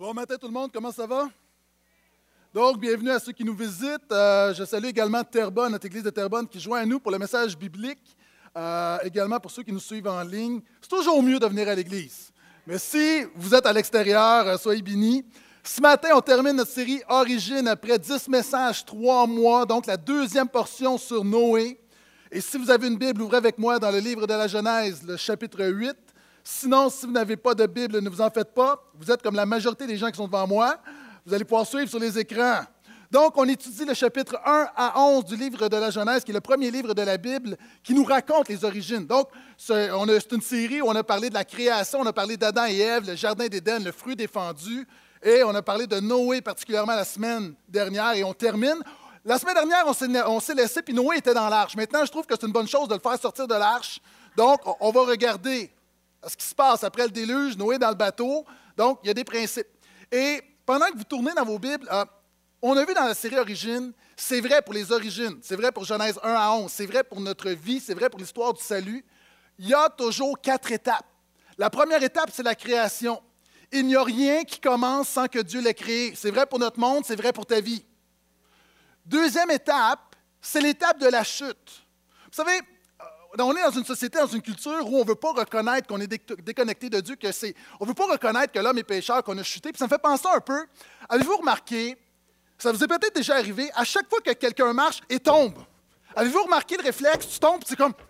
Bon matin tout le monde, comment ça va? Donc, bienvenue à ceux qui nous visitent. Je salue également Terrebonne, notre église de Terrebonne qui joint à nous pour le message biblique. Également pour ceux qui nous suivent en ligne. C'est toujours mieux de venir à l'église. Mais si vous êtes à l'extérieur, soyez bénis. Ce matin, on termine notre série Origine après 10 messages, 3 mois, donc la deuxième portion sur Noé. Et si vous avez une Bible, ouvrez avec moi dans le livre de la Genèse, le chapitre 8. Sinon, si vous n'avez pas de Bible, ne vous en faites pas. Vous êtes comme la majorité des gens qui sont devant moi. Vous allez pouvoir suivre sur les écrans. Donc, on étudie le chapitre 1 à 11 du livre de la Genèse, qui est le premier livre de la Bible, qui nous raconte les origines. Donc, c'est une série où on a parlé de la création, on a parlé d'Adam et Ève, le jardin d'Éden, le fruit défendu, et on a parlé de Noé particulièrement la semaine dernière, et on termine. La semaine dernière, on s'est laissé, puis Noé était dans l'arche. Maintenant, je trouve que c'est une bonne chose de le faire sortir de l'arche. Donc, on va regarder ce qui se passe après le déluge, Noé dans le bateau. Donc, il y a des principes. Et pendant que vous tournez dans vos Bibles, on a vu dans la série Origine, c'est vrai pour les origines, c'est vrai pour Genèse 1 à 11, c'est vrai pour notre vie, c'est vrai pour l'histoire du salut. Il y a toujours 4 étapes. La première étape, c'est la création. Il n'y a rien qui commence sans que Dieu l'ait créé. C'est vrai pour notre monde, c'est vrai pour ta vie. Deuxième étape, c'est l'étape de la chute. Vous savez, on est dans une société, dans une culture où on ne veut pas reconnaître qu'on est déconnecté de Dieu, on ne veut pas reconnaître que l'homme est pécheur, qu'on a chuté. Puis ça me fait penser un peu, avez-vous remarqué, ça vous est peut-être déjà arrivé, à chaque fois que quelqu'un marche et tombe, avez-vous remarqué le réflexe, tu tombes, c'est comme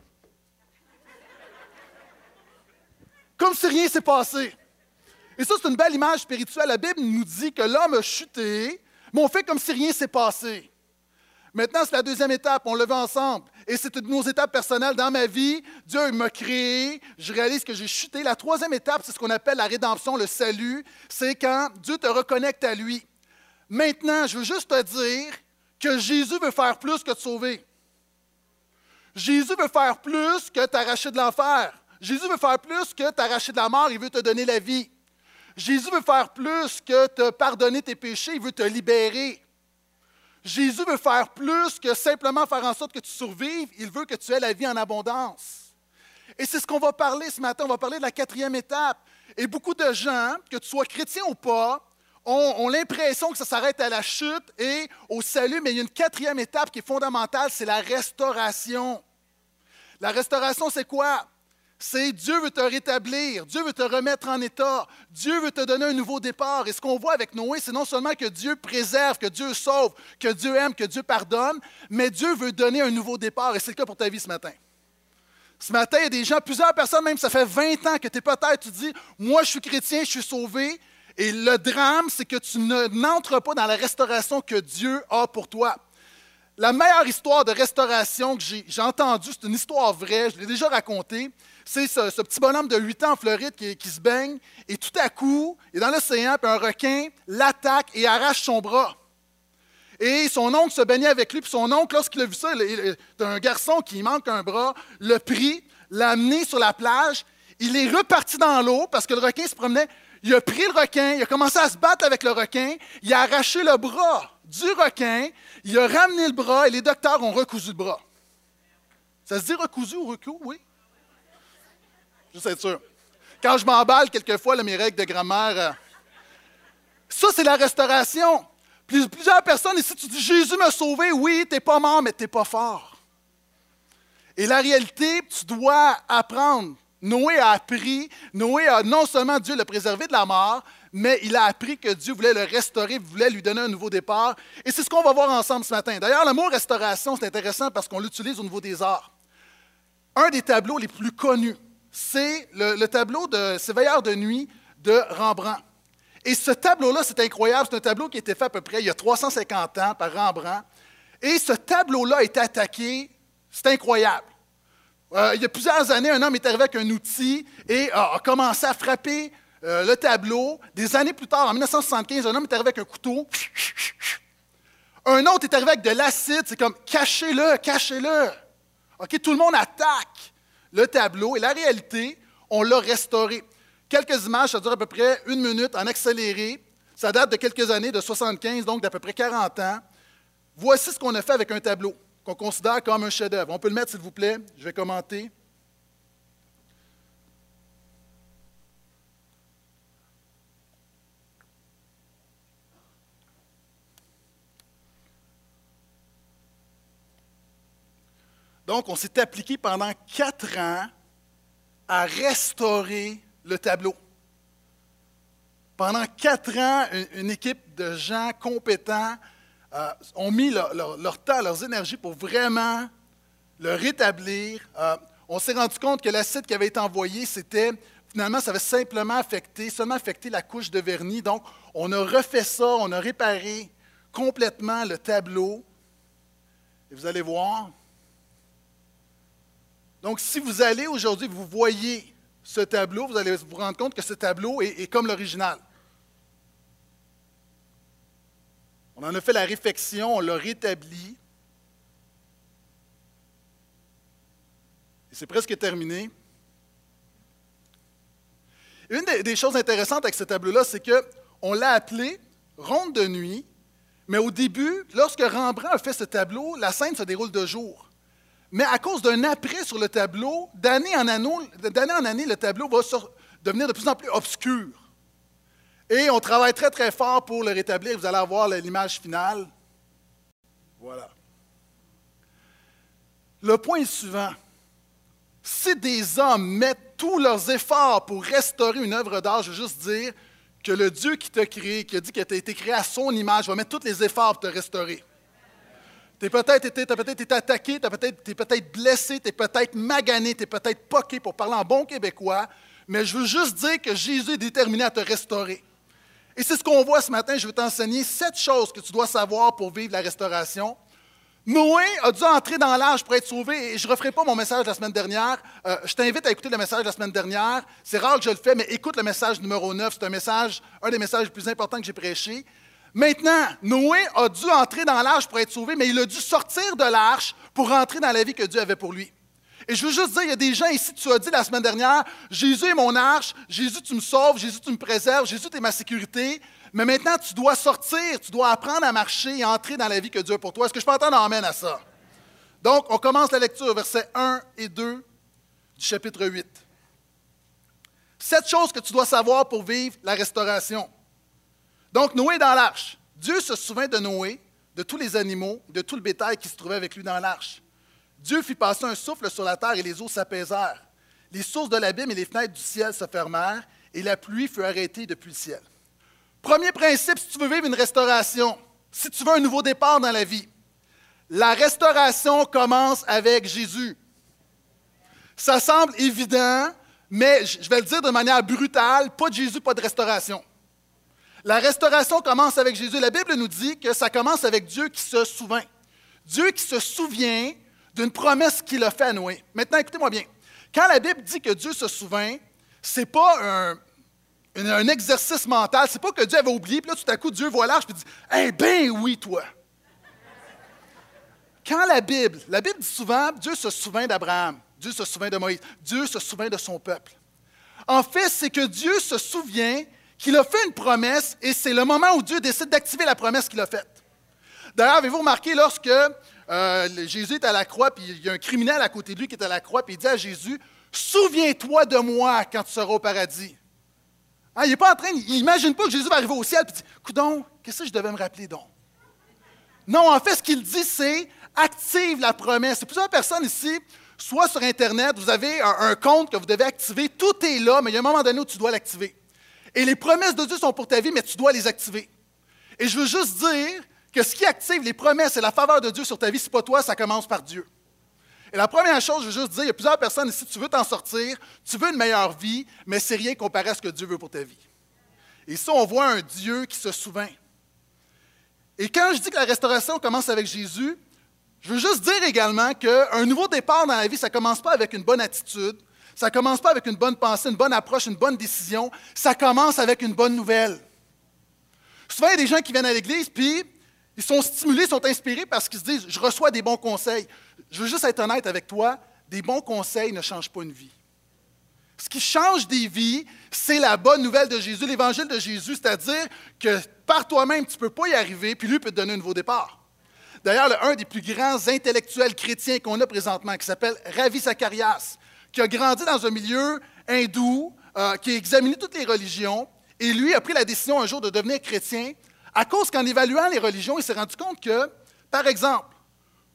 si rien s'est passé. Et ça, c'est une belle image spirituelle. La Bible nous dit que l'homme a chuté, mais on fait comme si rien ne s'est passé. Maintenant, c'est la deuxième étape, on le veut ensemble. Et c'est une de nos étapes personnelles dans ma vie. Dieu m'a créé, je réalise que j'ai chuté. La troisième étape, c'est ce qu'on appelle la rédemption, le salut. C'est quand Dieu te reconnecte à lui. Maintenant, je veux juste te dire que Jésus veut faire plus que te sauver. Jésus veut faire plus que t'arracher de l'enfer. Jésus veut faire plus que t'arracher de la mort, il veut te donner la vie. Jésus veut faire plus que te pardonner tes péchés, il veut te libérer. Jésus veut faire plus que simplement faire en sorte que tu survives, il veut que tu aies la vie en abondance. Et c'est ce qu'on va parler ce matin, on va parler de la quatrième étape. Et beaucoup de gens, que tu sois chrétien ou pas, ont l'impression que ça s'arrête à la chute et au salut, mais il y a une quatrième étape qui est fondamentale, c'est la restauration. La restauration, c'est quoi? C'est Dieu veut te rétablir, Dieu veut te remettre en état, Dieu veut te donner un nouveau départ. Et ce qu'on voit avec Noé, c'est non seulement que Dieu préserve, que Dieu sauve, que Dieu aime, que Dieu pardonne, mais Dieu veut donner un nouveau départ. Et c'est le cas pour ta vie ce matin. Ce matin, il y a des gens, plusieurs personnes, même ça fait 20 ans que tu es peut-être, tu dis, moi je suis chrétien, je suis sauvé. Et le drame, c'est que tu n'entres pas dans la restauration que Dieu a pour toi. La meilleure histoire de restauration que j'ai entendue, c'est une histoire vraie, je l'ai déjà racontée. C'est ce petit bonhomme de 8 ans en Floride qui se baigne, et tout à coup, il est dans l'océan, puis un requin l'attaque et arrache son bras. Et son oncle se baignait avec lui, puis son oncle, lorsqu'il a vu ça, c'est un garçon qui manque un bras, l'a pris, l'a amené sur la plage, il est reparti dans l'eau parce que le requin se promenait. Il a pris le requin, il a commencé à se battre avec le requin, il a arraché le bras du requin, il a ramené le bras et les docteurs ont recousu le bras. Ça se dit recousu ou recou, oui? Juste être sûr. Quand je m'emballe quelquefois, mes règles de grammaire, ça c'est la restauration. Plusieurs personnes ici, tu dis Jésus m'a sauvé, oui, tu n'es pas mort, mais tu n'es pas fort. Et la réalité, tu dois apprendre. Noé a appris, non seulement Dieu l'a préservé de la mort, mais il a appris que Dieu voulait le restaurer, voulait lui donner un nouveau départ. Et c'est ce qu'on va voir ensemble ce matin. D'ailleurs, le mot restauration, c'est intéressant parce qu'on l'utilise au niveau des arts. Un des tableaux les plus connus, c'est le tableau de Ces veilleurs de nuit de Rembrandt. Et ce tableau-là, c'est incroyable, c'est un tableau qui a été fait à peu près il y a 350 ans par Rembrandt. Et ce tableau-là a été attaqué, c'est incroyable. Il y a plusieurs années, un homme est arrivé avec un outil et a commencé à frapper le tableau. Des années plus tard, en 1975, un homme est arrivé avec un couteau. Un autre est arrivé avec de l'acide. C'est comme, cachez-le, cachez-le. OK, tout le monde attaque le tableau. Et la réalité, on l'a restauré. Quelques images, ça dure à peu près 1 minute en accéléré. Ça date de quelques années, de 75, donc d'à peu près 40 ans. Voici ce qu'on a fait avec un tableau qu'on considère comme un chef-d'œuvre. On peut le mettre, s'il vous plaît. Je vais commenter. Donc, on s'est appliqué pendant 4 ans à restaurer le tableau. Pendant 4 ans, une équipe de gens compétents ont mis leur temps, leurs énergies pour vraiment le rétablir. On s'est rendu compte que l'acide qui avait été envoyé, finalement, ça avait seulement affecté la couche de vernis. Donc, on a refait ça, on a réparé complètement le tableau. Et vous allez voir. Donc, si vous allez aujourd'hui, vous voyez ce tableau, vous allez vous rendre compte que ce tableau est comme l'original. On en a fait la réfection, on l'a rétabli. Et c'est presque terminé. Une des choses intéressantes avec ce tableau-là, c'est qu'on l'a appelé « Ronde de nuit », mais au début, lorsque Rembrandt a fait ce tableau, la scène se déroule de jour. Mais à cause d'un après sur le tableau, d'année en année, le tableau va devenir de plus en plus obscur. Et on travaille très, très fort pour le rétablir. Vous allez avoir l'image finale. Voilà. Le point est suivant. Si des hommes mettent tous leurs efforts pour restaurer une œuvre d'art, je veux juste dire que le Dieu qui t'a créé, qui a dit que tu as été créé à son image, va mettre tous les efforts pour te restaurer. Tu as peut-être été attaqué, tu es peut-être blessé, tu es peut-être magané, tu es peut-être poqué pour parler en bon québécois, mais je veux juste dire que Jésus est déterminé à te restaurer. Et c'est ce qu'on voit ce matin. Je vais t'enseigner 7 choses que tu dois savoir pour vivre la restauration. Noé a dû entrer dans l'arche pour être sauvé. Et je ne referai pas mon message de la semaine dernière. Je t'invite à écouter le message de la semaine dernière. C'est rare que je le fais, mais écoute le message numéro 9. C'est un des messages les plus importants que j'ai prêché. Maintenant, Noé a dû entrer dans l'arche pour être sauvé, mais il a dû sortir de l'arche pour rentrer dans la vie que Dieu avait pour lui. Et je veux juste dire, il y a des gens ici, tu as dit la semaine dernière, Jésus est mon arche, Jésus tu me sauves, Jésus tu me préserves, Jésus tu es ma sécurité, mais maintenant tu dois sortir, tu dois apprendre à marcher et entrer dans la vie que Dieu a pour toi. Est-ce que je peux entendre amène à ça? Donc, on commence la lecture, versets 1 et 2 du chapitre 8. 7 choses que tu dois savoir pour vivre la restauration. Donc, Noé est dans l'arche. Dieu se souvint de Noé, de tous les animaux, de tout le bétail qui se trouvait avec lui dans l'arche. Dieu fit passer un souffle sur la terre et les eaux s'apaisèrent. Les sources de l'abîme et les fenêtres du ciel se fermèrent et la pluie fut arrêtée depuis le ciel. Premier principe, si tu veux vivre une restauration, si tu veux un nouveau départ dans la vie, la restauration commence avec Jésus. Ça semble évident, mais je vais le dire de manière brutale, pas de Jésus, pas de restauration. La restauration commence avec Jésus. La Bible nous dit que ça commence avec Dieu qui se souvint. Dieu qui se souvient d'une promesse qu'il a faite à Noé. Maintenant, écoutez-moi bien. Quand la Bible dit que Dieu se souvint, ce n'est pas un exercice mental. Ce n'est pas que Dieu avait oublié, puis là, tout à coup, Dieu voit l'arche et dit « Eh bien oui, toi! » Quand la Bible dit souvent, Dieu se souvint d'Abraham, Dieu se souvint de Moïse, Dieu se souvint de son peuple. En fait, c'est que Dieu se souvient qu'il a fait une promesse et c'est le moment où Dieu décide d'activer la promesse qu'il a faite. D'ailleurs, avez-vous remarqué lorsque Jésus est à la croix, puis il y a un criminel à côté de lui qui est à la croix, puis il dit à Jésus, « Souviens-toi de moi quand tu seras au paradis. » Hein, il n'est pas en train, il n'imagine pas que Jésus va arriver au ciel, puis il dit, « Coudon, qu'est-ce que je devais me rappeler donc? » Non, en fait, ce qu'il dit, c'est « Active la promesse. » Il y a plusieurs personnes ici, soit sur Internet, vous avez un compte que vous devez activer, tout est là, mais il y a un moment donné où tu dois l'activer. Et les promesses de Dieu sont pour ta vie, mais tu dois les activer. Et je veux juste dire que ce qui active les promesses et la faveur de Dieu sur ta vie, ce n'est pas toi, ça commence par Dieu. Et la première chose, je veux juste dire, il y a plusieurs personnes ici, tu veux t'en sortir, tu veux une meilleure vie, mais c'est rien comparé à ce que Dieu veut pour ta vie. Et ici, on voit un Dieu qui se souvint. Et quand je dis que la restauration commence avec Jésus, je veux juste dire également qu'un nouveau départ dans la vie, ça ne commence pas avec une bonne attitude, ça ne commence pas avec une bonne pensée, une bonne approche, une bonne décision, ça commence avec une bonne nouvelle. Souvent, il y a des gens qui viennent à l'Église, puis ils sont stimulés, sont inspirés parce qu'ils se disent « je reçois des bons conseils ». Je veux juste être honnête avec toi, des bons conseils ne changent pas une vie. Ce qui change des vies, c'est la bonne nouvelle de Jésus, l'évangile de Jésus, c'est-à-dire que par toi-même, tu ne peux pas y arriver, puis lui peut te donner un nouveau départ. D'ailleurs, un des plus grands intellectuels chrétiens qu'on a présentement, qui s'appelle Ravi Zacharias, qui a grandi dans un milieu hindou, qui a examiné toutes les religions, et lui a pris la décision un jour de devenir chrétien, à cause qu'en évaluant les religions, il s'est rendu compte que, par exemple,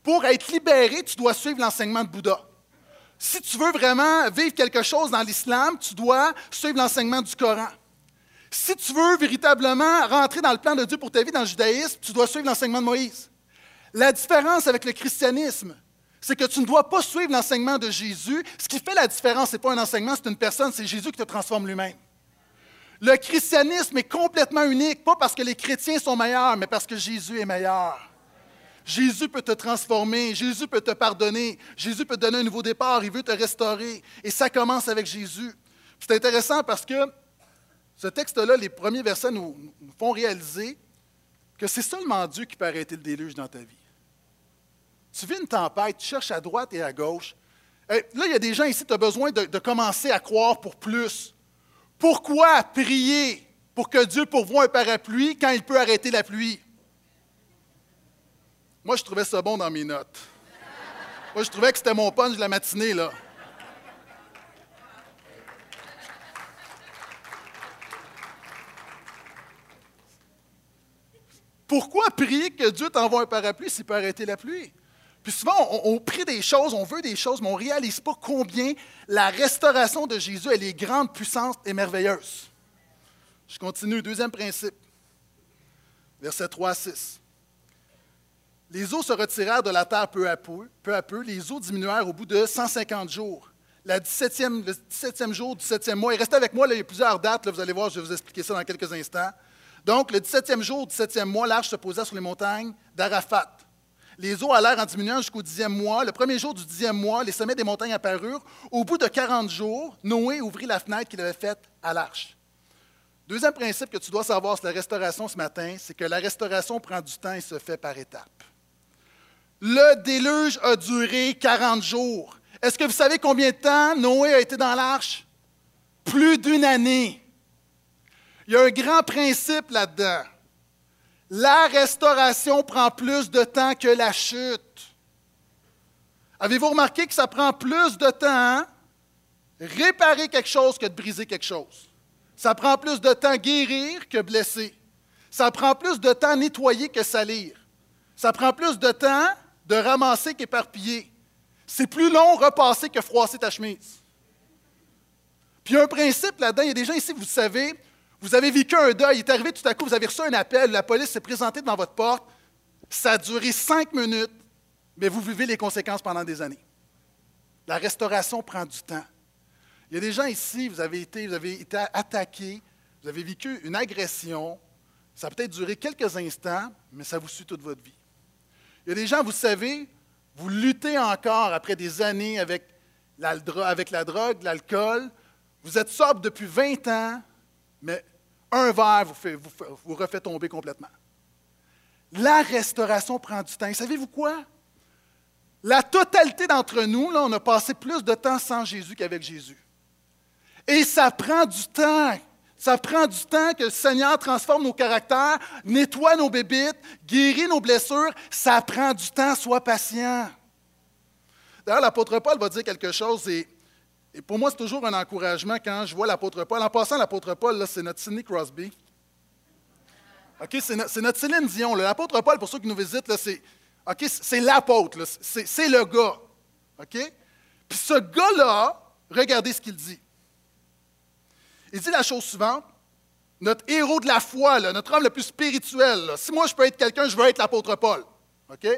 Pour être libéré, tu dois suivre l'enseignement de Bouddha. Si tu veux vraiment vivre quelque chose dans l'islam, tu dois suivre l'enseignement du Coran. Si tu veux véritablement rentrer dans le plan de Dieu pour ta vie dans le judaïsme, tu dois suivre l'enseignement de Moïse. La différence avec le christianisme, c'est que tu ne dois pas suivre l'enseignement de Jésus. Ce qui fait la différence, ce n'est pas un enseignement, c'est une personne, c'est Jésus qui te transforme lui-même. Le christianisme est complètement unique, pas parce que les chrétiens sont meilleurs, mais parce que Jésus est meilleur. Jésus peut te transformer, Jésus peut te pardonner, Jésus peut te donner un nouveau départ, il veut te restaurer. Et ça commence avec Jésus. C'est intéressant parce que ce texte-là, les premiers versets nous font réaliser que c'est seulement Dieu qui peut arrêter le déluge dans ta vie. Tu vis une tempête, tu cherches à droite et à gauche. Là, il y a des gens ici, tu as besoin de commencer à croire pour plus. Pourquoi prier pour que Dieu pourvoie un parapluie quand il peut arrêter la pluie? Moi, je trouvais ça bon dans mes notes. Moi, je trouvais que c'était mon punch de la matinée, là. Pourquoi prier que Dieu t'envoie un parapluie s'il peut arrêter la pluie? Puis souvent, on prie des choses, on veut des choses, mais on ne réalise pas combien la restauration de Jésus, elle est grande, puissante et merveilleuse. Je continue, deuxième principe, versets 3 à 6. Les eaux se retirèrent de la terre peu à peu, les eaux diminuèrent au bout de 150 jours. Le 17e jour du 7e mois, et restez avec moi, là, il y a plusieurs dates, là, vous allez voir, je vais vous expliquer ça dans quelques instants. Donc, le 17e jour du 7e mois, l'arche se posa sur les montagnes d'Arafat. Les eaux allèrent en diminuant jusqu'au 10e mois. Le premier jour du 10e mois, les sommets des montagnes apparurent. Au bout de 40 jours, Noé ouvrit la fenêtre qu'il avait faite à l'arche. Deuxième principe que tu dois savoir sur la restauration ce matin, c'est que la restauration prend du temps et se fait par étapes. Le déluge a duré 40 jours. Est-ce que vous savez combien de temps Noé a été dans l'arche? Plus d'une année. Il y a un grand principe là-dedans. La restauration prend plus de temps que la chute. Avez-vous remarqué que ça prend plus de temps réparer quelque chose que de briser quelque chose? Ça prend plus de temps guérir que blesser. Ça prend plus de temps nettoyer que salir. Ça prend plus de temps de ramasser qu'éparpiller. C'est plus long repasser que froisser ta chemise. Puis il y a un principe là-dedans. Il y a des gens ici, vous savez, vous avez vécu un deuil, il est arrivé tout à coup, vous avez reçu un appel, la police s'est présentée devant votre porte, ça a duré 5 minutes, mais vous vivez les conséquences pendant des années. La restauration prend du temps. Il y a des gens ici, vous avez été attaqués, vous avez vécu une agression, ça a peut-être duré quelques instants, mais ça vous suit toute votre vie. Il y a des gens, vous savez, vous luttez encore après des années avec la drogue, l'alcool, vous êtes sobre depuis 20 ans, mais un verre vous refait tomber complètement. La restauration prend du temps. Et savez-vous quoi? La totalité d'entre nous, là, on a passé plus de temps sans Jésus qu'avec Jésus. Et ça prend du temps. Ça prend du temps que le Seigneur transforme nos caractères, nettoie nos bébites, guérit nos blessures. Ça prend du temps, sois patient. D'ailleurs, l'apôtre Paul va dire quelque chose, et pour moi, c'est toujours un encouragement quand je vois l'apôtre Paul. En passant, l'apôtre Paul, là, c'est notre Sidney Crosby. Okay, c'est notre Céline Dion. Là. L'apôtre Paul, pour ceux qui nous visitent, là, c'est l'apôtre. Là. C'est le gars. Okay? Puis ce gars-là, regardez ce qu'il dit. Il dit la chose suivante. Notre héros de la foi, là, notre homme le plus spirituel. Là, si moi, je peux être quelqu'un, je veux être l'apôtre Paul. Okay?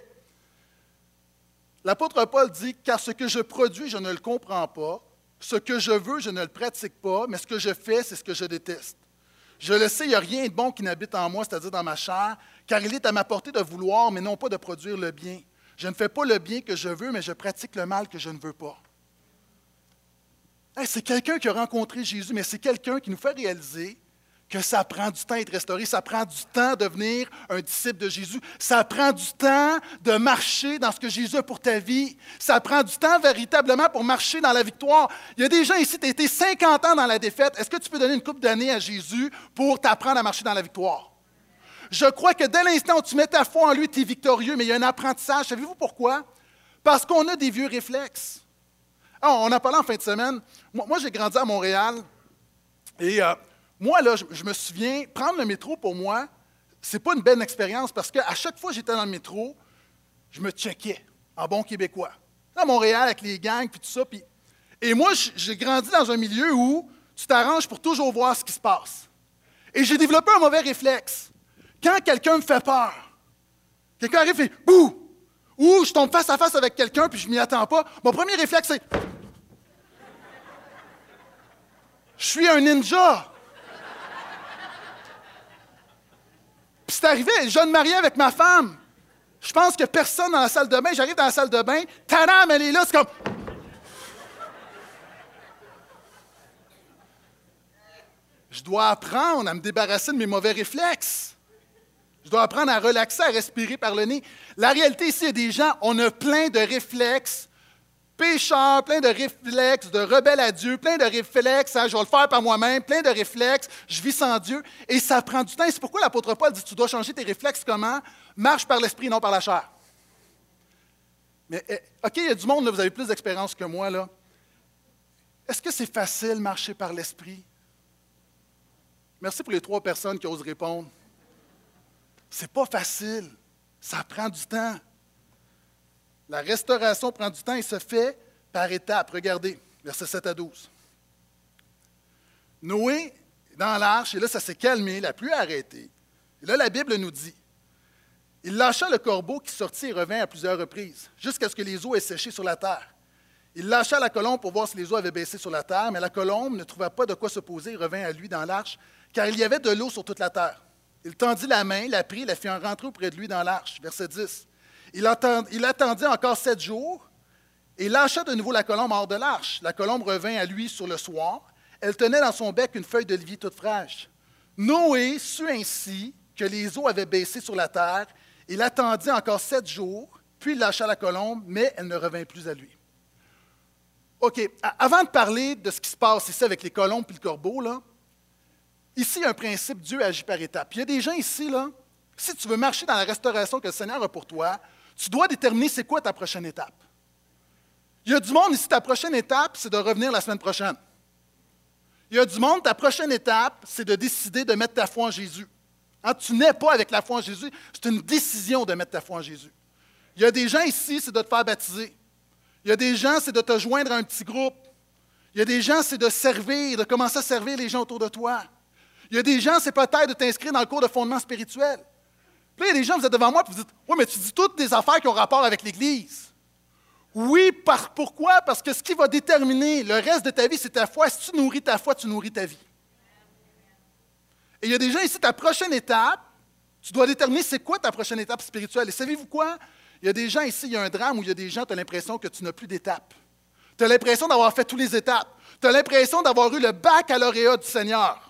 L'apôtre Paul dit « Car ce que je produis, je ne le comprends pas. Ce que je veux, je ne le pratique pas, mais ce que je fais, c'est ce que je déteste. Je le sais, il n'y a rien de bon qui n'habite en moi, c'est-à-dire dans ma chair, car il est à ma portée de vouloir, mais non pas de produire le bien. Je ne fais pas le bien que je veux, mais je pratique le mal que je ne veux pas. » Hey, c'est quelqu'un qui a rencontré Jésus, mais c'est quelqu'un qui nous fait réaliser que ça prend du temps d'être restauré, ça prend du temps de devenir un disciple de Jésus, ça prend du temps de marcher dans ce que Jésus a pour ta vie, ça prend du temps véritablement pour marcher dans la victoire. Il y a des gens ici, tu as été 50 ans dans la défaite, est-ce que tu peux donner une couple d'années à Jésus pour t'apprendre à marcher dans la victoire? Je crois que dès l'instant où tu mets ta foi en lui, tu es victorieux, mais il y a un apprentissage. Savez-vous pourquoi? Parce qu'on a des vieux réflexes. Alors, on en parlait en fin de semaine. Moi j'ai grandi à Montréal et moi, là, je me souviens, prendre le métro, pour moi, ce n'est pas une belle expérience parce qu'à chaque fois que j'étais dans le métro, je me checkais. en bon québécois. À Montréal, avec les gangs, puis tout ça. Et moi, j'ai grandi dans un milieu où tu t'arranges pour toujours voir ce qui se passe. Et j'ai développé un mauvais réflexe. Quand quelqu'un me fait peur, quelqu'un arrive et fait « bouh », ou je tombe face à face avec quelqu'un puis je ne m'y attends pas, mon premier réflexe, c'est « je suis un ninja ». Puis c'est arrivé, je viens de me marier avec ma femme. Je pense que personne dans la salle de bain, j'arrive dans la salle de bain, tadam, elle est là, c'est comme... Je dois apprendre à me débarrasser de mes mauvais réflexes. Je dois apprendre à relaxer, à respirer par le nez. La réalité ici, il y a des gens, on a plein de réflexes pécheurs, plein de réflexes de rebelles à Dieu, plein de réflexes, je vais le faire par moi-même, plein de réflexes, je vis sans Dieu. Et ça prend du temps. Et c'est pourquoi l'apôtre Paul dit, tu dois changer tes réflexes comment? Marche par l'esprit, non par la chair. Mais, OK, il y a du monde, là, vous avez plus d'expérience que moi, là. Est-ce que c'est facile marcher par l'esprit? Merci pour les 3 personnes qui osent répondre. C'est pas facile. Ça prend du temps. La restauration prend du temps et se fait par étapes. Regardez, versets 7 à 12. Noé, dans l'arche, et là, ça s'est calmé, la pluie a arrêté. Et là, la Bible nous dit, il lâcha le corbeau qui sortit et revint à plusieurs reprises, jusqu'à ce que les eaux aient séché sur la terre. Il lâcha la colombe pour voir si les eaux avaient baissé sur la terre, mais la colombe ne trouva pas de quoi se poser et revint à lui dans l'arche, car il y avait de l'eau sur toute la terre. Il tendit la main, la prit, la fit rentrer auprès de lui dans l'arche. Verset 10. Il attendit encore 7 jours et lâcha de nouveau la colombe hors de l'arche. La colombe revint à lui sur le soir. Elle tenait dans son bec une feuille d'olivier toute fraîche. Noé sut ainsi que les eaux avaient baissé sur la terre. Il attendit encore 7 jours, puis il lâcha la colombe, mais elle ne revint plus à lui. OK, avant de parler de ce qui se passe ici avec les colombes et le corbeau, là, ici, il y a un principe, Dieu agit par étapes. Il y a des gens ici, là, si tu veux marcher dans la restauration que le Seigneur a pour toi, tu dois déterminer c'est quoi ta prochaine étape. Il y a du monde ici, ta prochaine étape, c'est de revenir la semaine prochaine. Il y a du monde, ta prochaine étape, c'est de décider de mettre ta foi en Jésus. Hein, tu n'es pas avec la foi en Jésus, c'est une décision de mettre ta foi en Jésus. Il y a des gens ici, c'est de te faire baptiser. Il y a des gens, c'est de te joindre à un petit groupe. Il y a des gens, c'est de servir, de commencer à servir les gens autour de toi. Il y a des gens, c'est peut-être de t'inscrire dans le cours de fondement spirituel. Puis là, il y a des gens, vous êtes devant moi, et vous dites, oui, mais tu dis toutes des affaires qui ont rapport avec l'Église. Oui, pourquoi? Parce que ce qui va déterminer le reste de ta vie, c'est ta foi. Si tu nourris ta foi, tu nourris ta vie. Et il y a des gens ici, ta prochaine étape, tu dois déterminer c'est quoi ta prochaine étape spirituelle. Et savez-vous quoi? Il y a des gens ici, il y a un drame où il y a des gens, tu as l'impression que tu n'as plus d'étapes. Tu as l'impression d'avoir fait toutes les étapes. Tu as l'impression d'avoir eu le baccalauréat du Seigneur.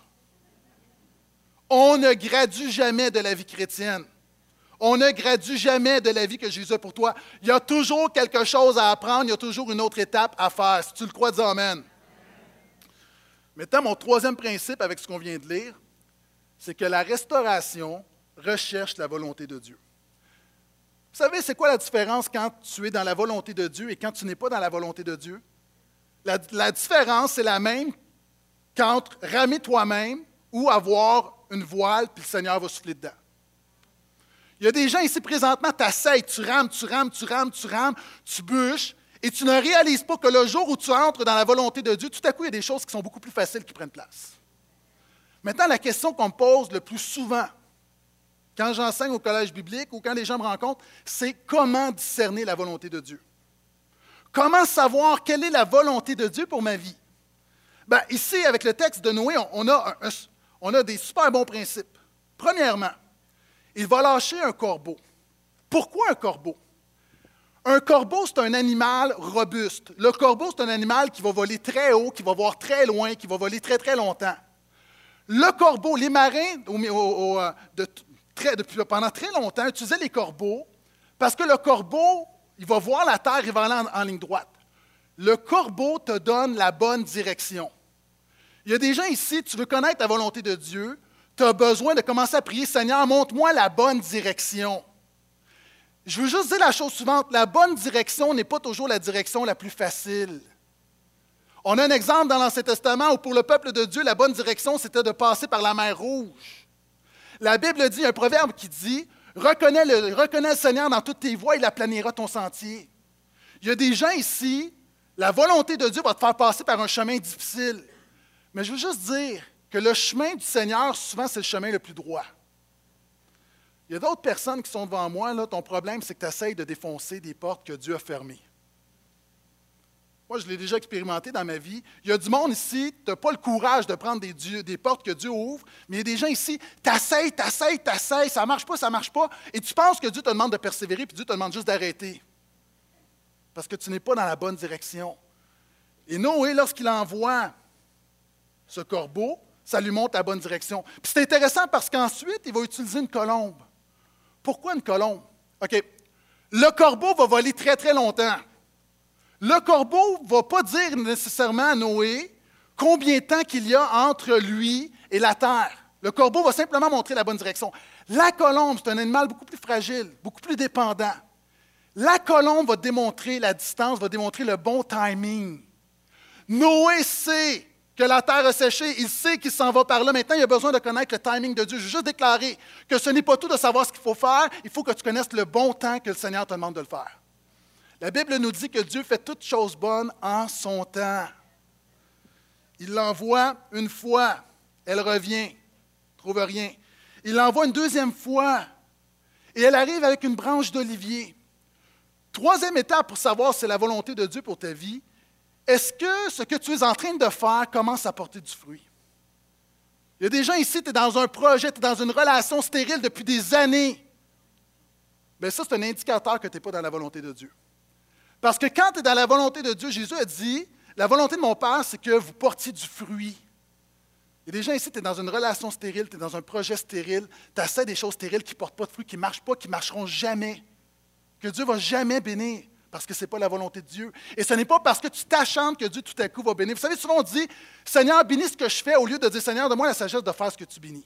On ne gradue jamais de la vie chrétienne. On ne gradue jamais de la vie que Jésus a pour toi. Il y a toujours quelque chose à apprendre, il y a toujours une autre étape à faire. Si tu le crois, dis amen. Maintenant, mon 3e principe avec ce qu'on vient de lire, c'est que la restauration recherche la volonté de Dieu. Vous savez, c'est quoi la différence quand tu es dans la volonté de Dieu et quand tu n'es pas dans la volonté de Dieu? La différence, c'est la même qu'entre ramer toi-même ou avoir une voile, puis le Seigneur va souffler dedans. Il y a des gens ici présentement, tu essaies, tu rames, tu bûches, et tu ne réalises pas que le jour où tu entres dans la volonté de Dieu, tout à coup, il y a des choses qui sont beaucoup plus faciles qui prennent place. Maintenant, la question qu'on me pose le plus souvent, quand j'enseigne au collège biblique ou quand les gens me rencontrent, c'est comment discerner la volonté de Dieu. Comment savoir quelle est la volonté de Dieu pour ma vie? Bien, ici, avec le texte de Noé, on a des super bons principes. Premièrement, il va lâcher un corbeau. Pourquoi un corbeau? Un corbeau, c'est un animal robuste. Le corbeau, c'est un animal qui va voler très haut, qui va voir très loin, qui va voler très, très longtemps. Le corbeau, les marins, pendant très longtemps, utilisaient les corbeaux parce que le corbeau, il va voir la terre, il va aller en ligne droite. Le corbeau te donne la bonne direction. Il y a des gens ici, tu veux connaître la volonté de Dieu, tu as besoin de commencer à prier, Seigneur, montre-moi la bonne direction. Je veux juste dire la chose suivante, la bonne direction n'est pas toujours la direction la plus facile. On a un exemple dans l'Ancien Testament où pour le peuple de Dieu, la bonne direction, c'était de passer par la mer Rouge. La Bible dit, un proverbe qui dit, reconnais le Seigneur dans toutes tes voies, il aplanira ton sentier. Il y a des gens ici, la volonté de Dieu va te faire passer par un chemin difficile. Mais je veux juste dire que le chemin du Seigneur, souvent, c'est le chemin le plus droit. Il y a d'autres personnes qui sont devant moi, là, ton problème, c'est que tu essaies de défoncer des portes que Dieu a fermées. Moi, je l'ai déjà expérimenté dans ma vie. Il y a du monde ici, tu n'as pas le courage de prendre des portes que Dieu ouvre, mais il y a des gens ici, tu essaies, ça ne marche pas, et tu penses que Dieu te demande de persévérer, puis Dieu te demande juste d'arrêter. Parce que tu n'es pas dans la bonne direction. Et Noé, lorsqu'il envoie ce corbeau, ça lui montre la bonne direction. Puis c'est intéressant parce qu'ensuite, il va utiliser une colombe. Pourquoi une colombe? OK. Le corbeau va voler très, très longtemps. Le corbeau ne va pas dire nécessairement à Noé combien de temps qu'il y a entre lui et la terre. Le corbeau va simplement montrer la bonne direction. La colombe, c'est un animal beaucoup plus fragile, beaucoup plus dépendant. La colombe va démontrer la distance, va démontrer le bon timing. Noé sait que la terre a séché, il sait qu'il s'en va par là. Maintenant, il a besoin de connaître le timing de Dieu. Je veux juste déclarer que ce n'est pas tout de savoir ce qu'il faut faire, il faut que tu connaisses le bon temps que le Seigneur te demande de le faire. La Bible nous dit que Dieu fait toutes choses bonnes en son temps. Il l'envoie une fois, elle revient, ne trouve rien. Il l'envoie une deuxième fois, et elle arrive avec une branche d'olivier. Troisième étape pour savoir si c'est la volonté de Dieu pour ta vie, est-ce que ce que tu es en train de faire commence à porter du fruit? Il y a des gens ici, tu es dans un projet, tu es dans une relation stérile depuis des années. Bien ça, c'est un indicateur que tu n'es pas dans la volonté de Dieu. Parce que quand tu es dans la volonté de Dieu, Jésus a dit, la volonté de mon Père, c'est que vous portiez du fruit. Il y a des gens ici, tu es dans une relation stérile, tu es dans un projet stérile, tu essaies des choses stériles qui ne portent pas de fruit, qui ne marchent pas, qui ne marcheront jamais, que Dieu ne va jamais bénir. Parce que ce n'est pas la volonté de Dieu. Et ce n'est pas parce que tu t'achantes que Dieu tout à coup va bénir. Vous savez, souvent on dit, Seigneur, bénis ce que je fais, au lieu de dire, Seigneur, donne-moi la sagesse de faire ce que tu bénis.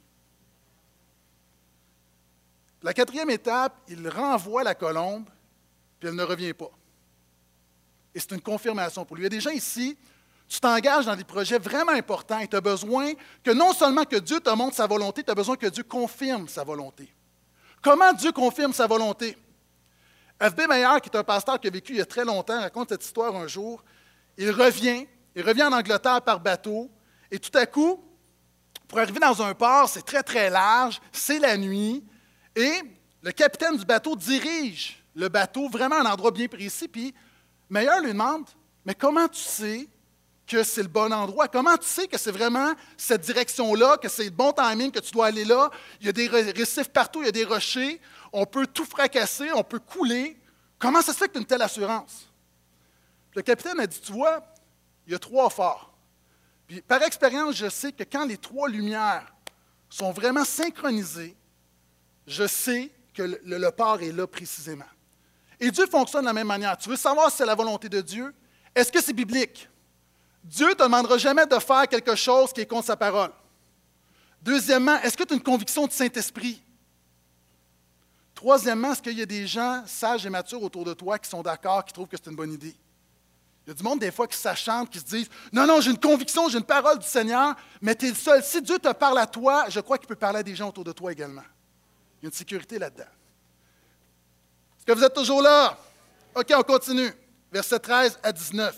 La quatrième étape, il renvoie la colombe, puis elle ne revient pas. Et c'est une confirmation pour lui. Il y a des gens ici, tu t'engages dans des projets vraiment importants et tu as besoin que non seulement que Dieu te montre sa volonté, tu as besoin que Dieu confirme sa volonté. Comment Dieu confirme sa volonté? F.B. Meyer, qui est un pasteur qui a vécu il y a très longtemps, raconte cette histoire un jour. Il revient en Angleterre par bateau, et tout à coup, pour arriver dans un port, c'est très, très large, c'est la nuit, et le capitaine du bateau dirige le bateau vraiment à un endroit bien précis, puis Meyer lui demande, mais comment tu sais que c'est le bon endroit? Comment tu sais que c'est vraiment cette direction-là, que c'est le bon timing, que tu dois aller là? Il y a des récifs partout, il y a des rochers, on peut tout fracasser, on peut couler. Comment ça se fait que tu as une telle assurance? Le capitaine a dit, tu vois, il y a 3 phares. Puis, par expérience, je sais que quand les 3 lumières sont vraiment synchronisées, je sais que le port est là précisément. Et Dieu fonctionne de la même manière. Tu veux savoir si c'est la volonté de Dieu? Est-ce que c'est biblique? Dieu ne te demandera jamais de faire quelque chose qui est contre sa parole. Deuxièmement, est-ce que tu as une conviction du Saint-Esprit? Troisièmement, est-ce qu'il y a des gens sages et matures autour de toi qui sont d'accord, qui trouvent que c'est une bonne idée? Il y a du monde, des fois, qui s'achantent, qui se disent « Non, j'ai une conviction, j'ai une parole du Seigneur, mais tu es le seul. Si Dieu te parle à toi, je crois qu'il peut parler à des gens autour de toi également. » Il y a une sécurité là-dedans. Est-ce que vous êtes toujours là? OK, on continue. Versets 13 à 19.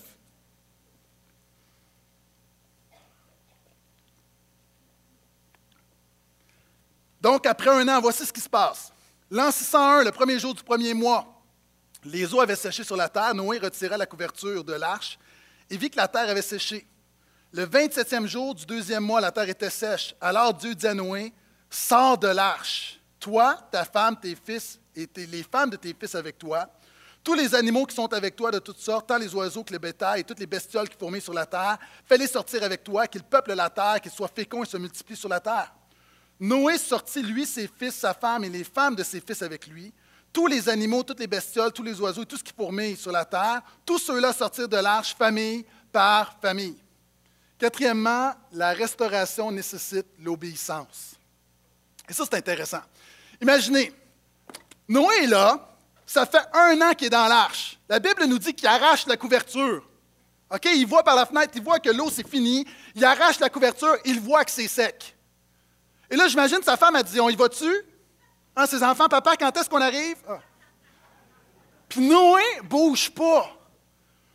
Donc, après 1 an, voici ce qui se passe. L'an 601, le premier jour du premier mois, les eaux avaient séché sur la terre. Noé retira la couverture de l'arche et vit que la terre avait séché. Le 27e jour du 2e mois, la terre était sèche. Alors Dieu dit à Noé, « Sors de l'arche, toi, ta femme, tes fils et les femmes de tes fils avec toi, tous les animaux qui sont avec toi de toutes sortes, tant les oiseaux que les bétails et toutes les bestioles qui fourmillent sur la terre, fais-les sortir avec toi, qu'ils peuplent la terre, qu'ils soient féconds et se multiplient sur la terre. » Noé sortit, lui, ses fils, sa femme et les femmes de ses fils avec lui. Tous les animaux, toutes les bestioles, tous les oiseaux, tout ce qui fourmille sur la terre, tous ceux-là sortirent de l'arche, famille par famille. Quatrièmement, la restauration nécessite l'obéissance. Et ça, c'est intéressant. Imaginez, Noé est là, ça fait 1 an qu'il est dans l'arche. La Bible nous dit qu'il arrache la couverture. OK? Il voit par la fenêtre, il voit que l'eau, c'est fini. Il arrache la couverture, il voit que c'est sec. Et là, j'imagine sa femme a dit, on y va-tu? Hein, ses enfants, papa, quand est-ce qu'on arrive? Ah. Puis Noé ne bouge pas.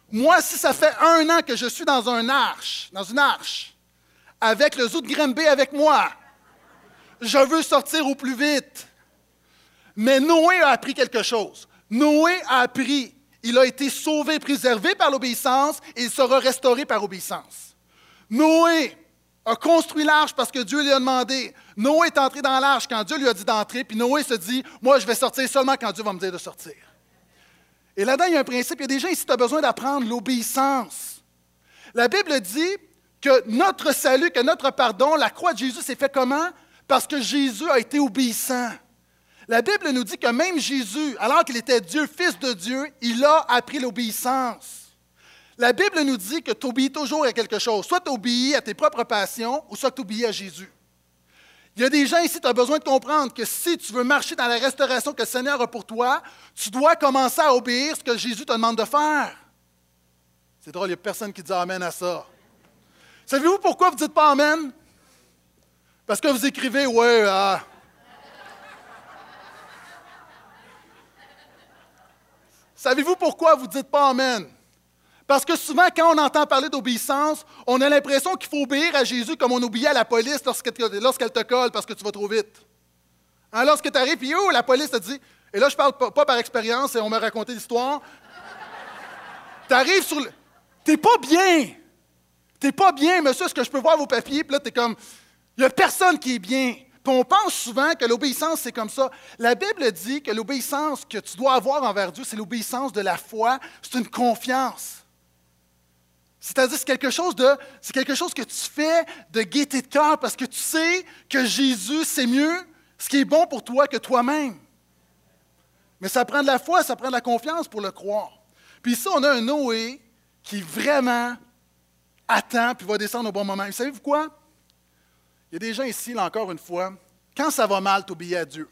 Moi, si ça fait 1 an que je suis dans une arche, avec le zoo de Granby avec moi, je veux sortir au plus vite. Mais Noé a appris quelque chose. Noé a appris, il a été sauvé, préservé par l'obéissance et il sera restauré par obéissance. Noé a construit l'arche parce que Dieu lui a demandé. Noé est entré dans l'arche quand Dieu lui a dit d'entrer, puis Noé se dit, moi je vais sortir seulement quand Dieu va me dire de sortir. Et là-dedans, il y a un principe, il y a des gens ici qui ont besoin d'apprendre l'obéissance. La Bible dit que notre salut, que notre pardon, la croix de Jésus s'est fait comment? Parce que Jésus a été obéissant. La Bible nous dit que même Jésus, alors qu'il était Dieu, Fils de Dieu, il a appris l'obéissance. La Bible nous dit que tu obéis toujours à quelque chose. Soit tu obéis à tes propres passions, ou soit tu obéis à Jésus. Il y a des gens ici, tu as besoin de comprendre que si tu veux marcher dans la restauration que le Seigneur a pour toi, tu dois commencer à obéir ce que Jésus te demande de faire. C'est drôle, il n'y a personne qui dit Amen à ça. Savez-vous pourquoi vous ne dites pas Amen? Parce que vous écrivez, ouais, ah. Savez-vous pourquoi vous ne dites pas Amen? Parce que souvent, quand on entend parler d'obéissance, on a l'impression qu'il faut obéir à Jésus comme on obéit à la police lorsqu'elle te colle parce que tu vas trop vite. Hein, lorsque tu arrives, puis la police te dit, et là je ne parle pas par expérience, et on m'a raconté l'histoire, tu arrives sur le... T'es pas bien. T'es pas bien, monsieur, est-ce que je peux voir vos papiers? Puis là, tu es comme, il n'y a personne qui est bien. Puis on pense souvent que l'obéissance, c'est comme ça. La Bible dit que l'obéissance que tu dois avoir envers Dieu, c'est l'obéissance de la foi, c'est une confiance. C'est-à-dire, c'est quelque chose que tu fais de gaieté de cœur parce que tu sais que Jésus, c'est mieux, ce qui est bon pour toi que toi-même. Mais ça prend de la foi, ça prend de la confiance pour le croire. Puis ici, on a un Noé qui vraiment attend puis va descendre au bon moment. Et savez-vous quoi? Il y a des gens ici, là encore une fois, quand ça va mal, tu obéis à Dieu.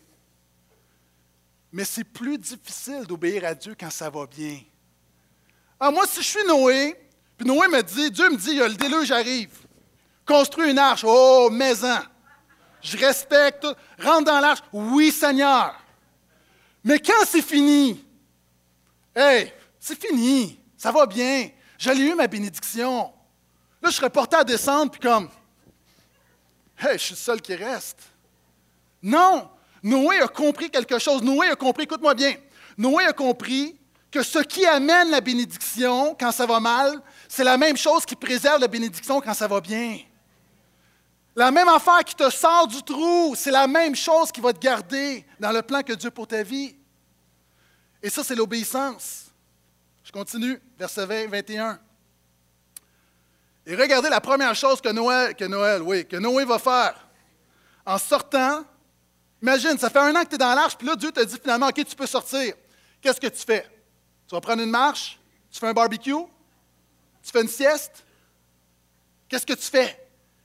Mais c'est plus difficile d'obéir à Dieu quand ça va bien. Alors moi, si je suis Noé, puis Noé me dit, Dieu me dit, il y a le déluge arrive. Construis une arche. Oh, maison. Je respecte. Rentre dans l'arche. Oui, Seigneur. Mais quand c'est fini, hey, c'est fini. Ça va bien. J'allais eu ma bénédiction. Là, je serais porté à descendre, puis comme, hey, je suis le seul qui reste. Non. Noé a compris quelque chose. Noé a compris, écoute-moi bien. Noé a compris que ce qui amène la bénédiction quand ça va mal, c'est la même chose qui préserve la bénédiction quand ça va bien. La même affaire qui te sort du trou, c'est la même chose qui va te garder dans le plan que Dieu a pour ta vie. Et ça, c'est l'obéissance. Je continue, verset 20, 21. Et regardez la première chose que Noé va faire. En sortant, imagine, ça fait 1 an que tu es dans l'arche, puis là, Dieu te dit finalement, OK, tu peux sortir. Qu'est-ce que tu fais? Tu vas prendre une marche? Tu fais un barbecue? Tu fais une sieste? Qu'est-ce que tu fais?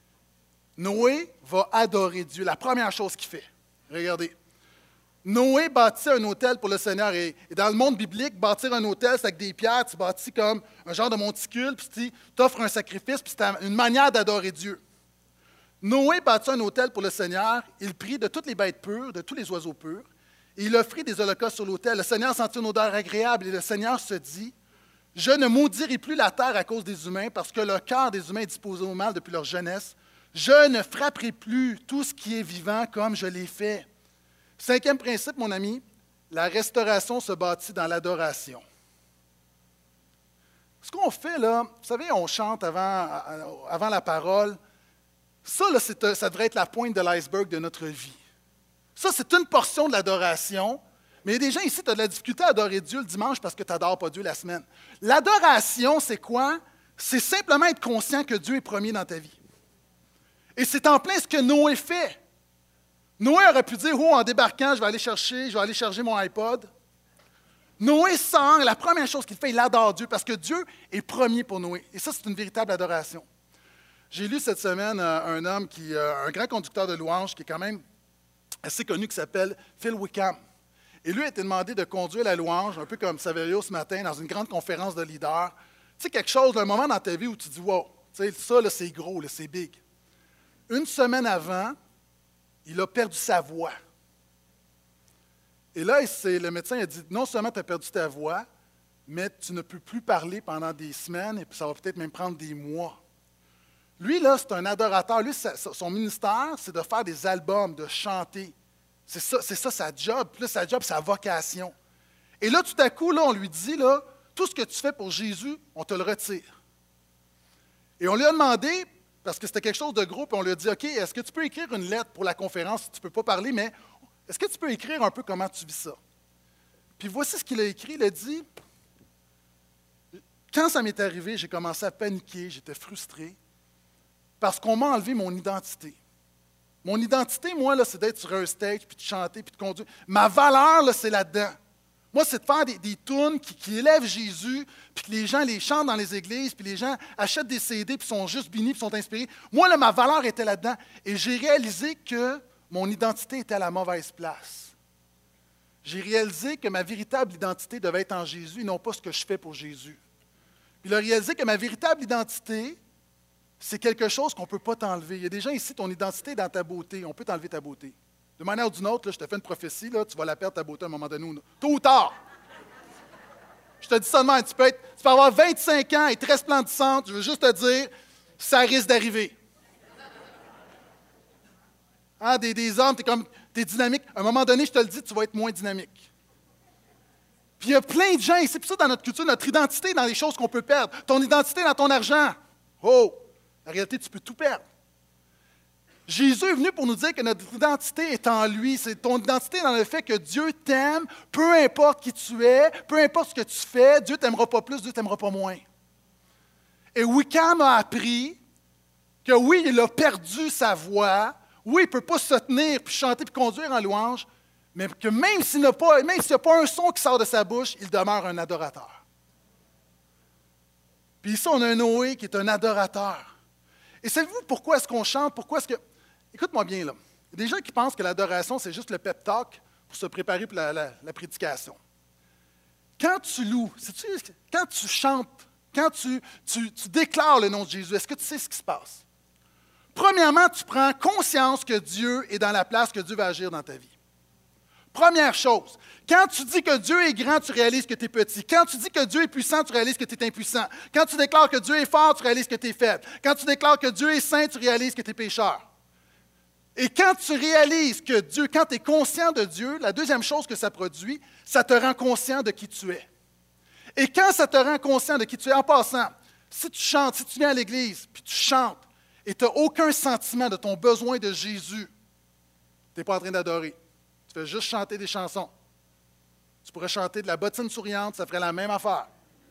Noé va adorer Dieu. La première chose qu'il fait. Regardez. Noé bâtit un autel pour le Seigneur. Et dans le monde biblique, bâtir un autel, c'est avec des pierres. Tu bâtis comme un genre de monticule, puis tu offres un sacrifice, puis c'est une manière d'adorer Dieu. Noé bâtit un autel pour le Seigneur. Il prit de toutes les bêtes pures, de tous les oiseaux purs, et il offrit des holocaustes sur l'autel. Le Seigneur sentit une odeur agréable, et le Seigneur se dit, « Je ne maudirai plus la terre à cause des humains, parce que le cœur des humains est disposé au mal depuis leur jeunesse. Je ne frapperai plus tout ce qui est vivant comme je l'ai fait. » 5e principe, mon ami, la restauration se bâtit dans l'adoration. Ce qu'on fait là, vous savez, on chante avant la parole. Ça, là, ça devrait être la pointe de l'iceberg de notre vie. Ça, c'est une portion de l'adoration. Mais il y a des gens ici, tu as de la difficulté à adorer Dieu le dimanche parce que tu n'adores pas Dieu la semaine. L'adoration, c'est quoi? C'est simplement être conscient que Dieu est premier dans ta vie. Et c'est en plein ce que Noé fait. Noé aurait pu dire, oh, en débarquant, je vais aller charger mon iPod. Noé sort, la première chose qu'il fait, il adore Dieu parce que Dieu est premier pour Noé. Et ça, c'est une véritable adoration. J'ai lu cette semaine un homme, un grand conducteur de louanges qui est quand même assez connu, qui s'appelle Phil Wickham. Et lui a été demandé de conduire la louange, un peu comme Saverio ce matin, dans une grande conférence de leaders. Tu sais, quelque chose, un moment dans ta vie où tu dis, wow, tu sais, ça, là, c'est gros, là, c'est big. Une semaine avant, il a perdu sa voix. Et là, le médecin a dit, non seulement tu as perdu ta voix, mais tu ne peux plus parler pendant des semaines et puis ça va peut-être même prendre des mois. Lui, là, c'est un adorateur. Lui, son ministère, c'est de faire des albums, de chanter. C'est ça sa job. Puis là, sa job, sa vocation. Et là, tout à coup, là, on lui dit, là, tout ce que tu fais pour Jésus, on te le retire. Et on lui a demandé, parce que c'était quelque chose de gros, puis on lui a dit, OK, est-ce que tu peux écrire une lettre pour la conférence? Tu ne peux pas parler, mais est-ce que tu peux écrire un peu comment tu vis ça? Puis voici ce qu'il a écrit. Il a dit, quand ça m'est arrivé, j'ai commencé à paniquer, j'étais frustré, parce qu'on m'a enlevé mon identité. Mon identité, moi, là, c'est d'être sur un stage, puis de chanter, puis de conduire. Ma valeur, là, c'est là-dedans. Moi, c'est de faire des tunes qui élèvent Jésus, puis que les gens les chantent dans les églises, puis les gens achètent des CD, puis sont juste bénis, puis sont inspirés. Moi, là, ma valeur était là-dedans. Et j'ai réalisé que mon identité était à la mauvaise place. J'ai réalisé que ma véritable identité devait être en Jésus, et non pas ce que je fais pour Jésus. Puis il a réalisé que ma véritable identité, c'est quelque chose qu'on ne peut pas t'enlever. Il y a des gens ici, ton identité est dans ta beauté. On peut t'enlever ta beauté. De manière ou d'une autre, là, je te fais une prophétie, là, tu vas la perdre ta beauté à un moment donné, tôt ou tard. Je te dis ça de même, tu peux avoir 25 ans, être resplendissante, je veux juste te dire, ça risque d'arriver. Hein, des hommes, tu es dynamique. À un moment donné, je te le dis, tu vas être moins dynamique. Puis il y a plein de gens, et c'est pour ça dans notre culture, notre identité dans les choses qu'on peut perdre. Ton identité dans ton argent. Oh! En réalité, tu peux tout perdre. Jésus est venu pour nous dire que notre identité est en lui. C'est ton identité dans le fait que Dieu t'aime, peu importe qui tu es, peu importe ce que tu fais, Dieu ne t'aimera pas plus, Dieu ne t'aimera pas moins. Et Wickham a appris que oui, il a perdu sa voix, oui, il ne peut pas se tenir, puis chanter, puis conduire en louange, mais que même s'il n'y a pas un son qui sort de sa bouche, il demeure un adorateur. Puis ici, on a un Noé qui est un adorateur. Et savez-vous pourquoi est-ce qu'on chante? Pourquoi est-ce que... Écoute-moi bien, là. Il y a des gens qui pensent que l'adoration, c'est juste le pep talk pour se préparer pour la prédication. Quand tu loues, quand tu chantes, quand tu déclares le nom de Jésus, est-ce que tu sais ce qui se passe? Premièrement, tu prends conscience que Dieu est dans la place que Dieu va agir dans ta vie. Première chose, quand tu dis que Dieu est grand, tu réalises que tu es petit. Quand tu dis que Dieu est puissant, tu réalises que tu es impuissant. Quand tu déclares que Dieu est fort, tu réalises que tu es faible. Quand tu déclares que Dieu est saint, tu réalises que tu es pécheur. Et quand tu réalises que Dieu, quand tu es conscient de Dieu, la deuxième chose que ça produit, ça te rend conscient de qui tu es. Et quand ça te rend conscient de qui tu es, en passant, si tu chantes, si tu viens à l'église, puis tu chantes, et tu n'as aucun sentiment de ton besoin de Jésus, tu n'es pas en train d'adorer. Tu fais juste chanter des chansons. Tu pourrais chanter de la bottine souriante, ça ferait la même affaire.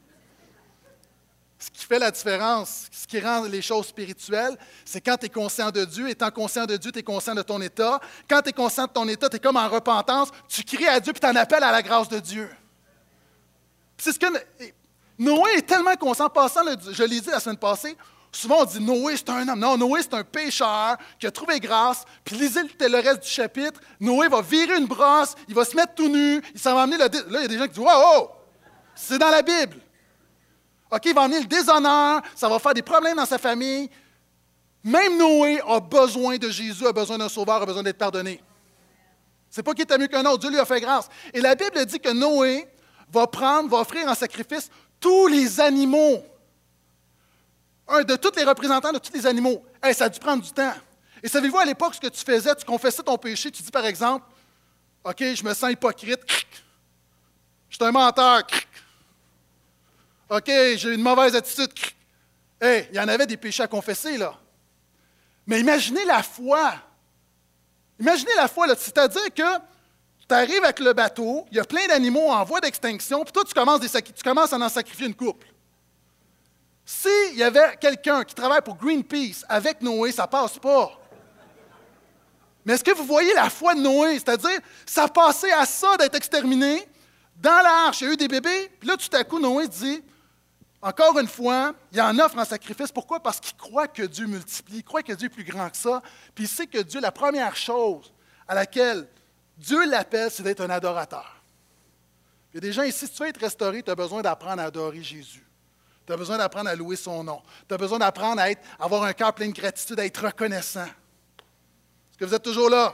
Ce qui fait la différence, ce qui rend les choses spirituelles, c'est quand tu es conscient de Dieu. Étant conscient de Dieu, tu es conscient de ton état. Quand tu es conscient de ton état, tu es comme en repentance. Tu cries à Dieu puis tu en appelles à la grâce de Dieu. Puis c'est ce que Noé est tellement conscient. En passant, je l'ai dit la semaine passée, souvent on dit Noé c'est un homme. Non, Noé c'est un pécheur qui a trouvé grâce. Puis lisez le reste du chapitre. Noé va virer une brosse, il va se mettre tout nu, il s'en va amener Là, il y a des gens qui disent wow, c'est dans la Bible. OK, il va amener le déshonneur, ça va faire des problèmes dans sa famille. Même Noé a besoin de Jésus, a besoin d'un sauveur, a besoin d'être pardonné. C'est pas qu'il était mieux qu'un autre, Dieu lui a fait grâce. Et la Bible dit que Noé va offrir en sacrifice tous les animaux. De tous les représentants de tous les animaux. Hey, ça a dû prendre du temps. Et savez-vous, à l'époque, ce que tu faisais, tu confessais ton péché, tu dis par exemple, OK, je me sens hypocrite, je suis un menteur, OK, j'ai une mauvaise attitude. Hey, il y en avait des péchés à confesser, là. Mais imaginez la foi. Imaginez la foi, là. C'est-à-dire que tu arrives avec le bateau, il y a plein d'animaux en voie d'extinction, puis toi, tu commences à en sacrifier une couple. S'il y avait quelqu'un qui travaille pour Greenpeace avec Noé, ça ne passe pas. Mais est-ce que vous voyez la foi de Noé? C'est-à-dire, ça passait à ça d'être exterminé. Dans l'arche, il y a eu des bébés, puis là, tout à coup, Noé dit, encore une fois, il en offre en sacrifice. Pourquoi? Parce qu'il croit que Dieu multiplie, il croit que Dieu est plus grand que ça, puis il sait que Dieu, la première chose à laquelle Dieu l'appelle, c'est d'être un adorateur. Il y a des gens ici, si tu veux être restauré, tu as besoin d'apprendre à adorer Jésus. Tu as besoin d'apprendre à louer son nom. Tu as besoin d'apprendre à avoir un cœur plein de gratitude, à être reconnaissant. Est-ce que vous êtes toujours là?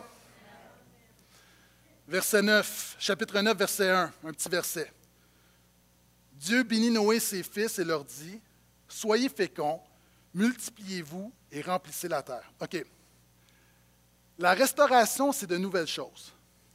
Verset 9, chapitre 9, verset 1, un petit verset. Dieu bénit Noé et ses fils et leur dit, « Soyez féconds, multipliez-vous et remplissez la terre. » OK. La restauration, c'est de nouvelles choses.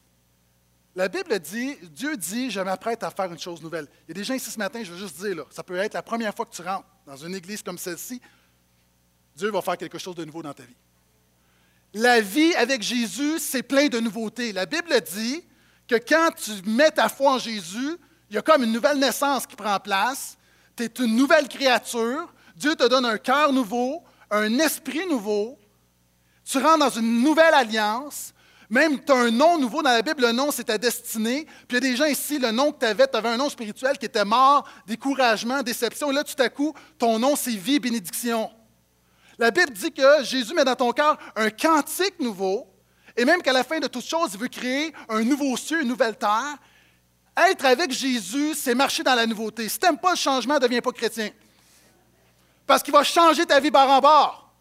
La Bible dit, Dieu dit, je m'apprête à faire une chose nouvelle. Il y a des gens ici ce matin, je veux juste dire, là, ça peut être la première fois que tu rentres dans une église comme celle-ci, Dieu va faire quelque chose de nouveau dans ta vie. La vie avec Jésus, c'est plein de nouveautés. La Bible dit que quand tu mets ta foi en Jésus, il y a comme une nouvelle naissance qui prend place. Tu es une nouvelle créature. Dieu te donne un cœur nouveau, un esprit nouveau. Tu rentres dans une nouvelle alliance. Même, tu as un nom nouveau dans la Bible. Le nom, c'est ta destinée. Puis il y a des gens ici, le nom que tu avais un nom spirituel qui était mort, découragement, déception. Et là, tout à coup, ton nom, c'est vie et bénédiction. La Bible dit que Jésus met dans ton cœur un cantique nouveau. Et même qu'à la fin de toutes choses, il veut créer un nouveau ciel, une nouvelle terre. Être avec Jésus, c'est marcher dans la nouveauté. Si tu n'aimes pas le changement, ne deviens pas chrétien. Parce qu'il va changer ta vie barre en barre.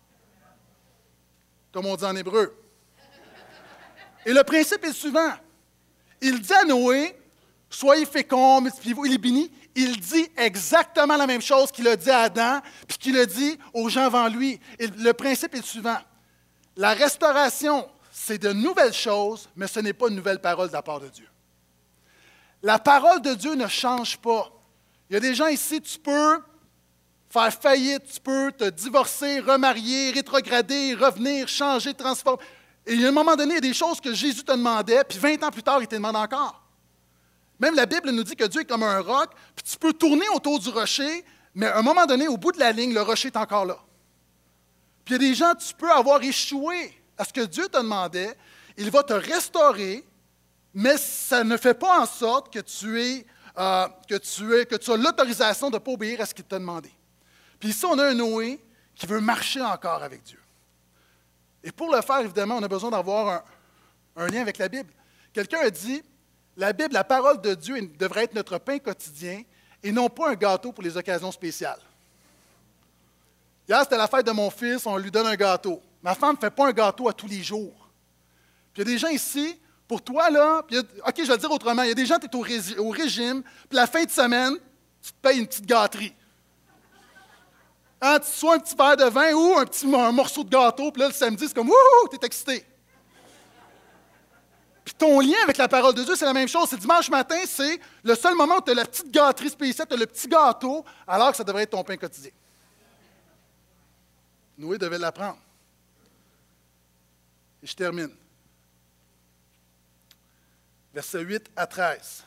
Comme on dit en hébreu. Et le principe est le suivant. Il dit à Noé, « Soyez féconds, multipliez-vous. » Il est béni. Il dit exactement la même chose qu'il a dit à Adam, puis qu'il a dit aux gens avant lui. Et le principe est le suivant. La restauration, c'est de nouvelles choses, mais ce n'est pas une nouvelle parole de la part de Dieu. La parole de Dieu ne change pas. Il y a des gens ici, tu peux faire faillite, tu peux te divorcer, remarier, rétrograder, revenir, changer, transformer. Et il y a un moment donné, il y a des choses que Jésus te demandait, puis 20 ans plus tard, il te demande encore. Même la Bible nous dit que Dieu est comme un roc, puis tu peux tourner autour du rocher, mais à un moment donné, au bout de la ligne, le rocher est encore là. Puis il y a des gens, tu peux avoir échoué à ce que Dieu te demandait, il va te restaurer, mais ça ne fait pas en sorte que tu as l'autorisation de ne pas obéir à ce qu'il t'a demandé. Puis ici, on a un Noé qui veut marcher encore avec Dieu. Et pour le faire, évidemment, on a besoin d'avoir un lien avec la Bible. Quelqu'un a dit, la Bible, la parole de Dieu devrait être notre pain quotidien et non pas un gâteau pour les occasions spéciales. Hier, c'était la fête de mon fils, on lui donne un gâteau. Ma femme ne fait pas un gâteau à tous les jours. Puis il y a des gens ici, pour toi, là, puis OK, je vais le dire autrement, il y a des gens, tu es au régime, puis la fin de semaine, tu te payes une petite gâterie. Hein, soit un petit verre de vin ou un morceau de gâteau, puis là, le samedi, c'est comme, wouhou, tu es excité. Puis ton lien avec la parole de Dieu, c'est la même chose. C'est dimanche matin, c'est le seul moment où tu as la petite gâterie spéciale, tu as le petit gâteau, alors que ça devrait être ton pain quotidien. Noé devait l'apprendre. Et je termine. Versets 8 à 13.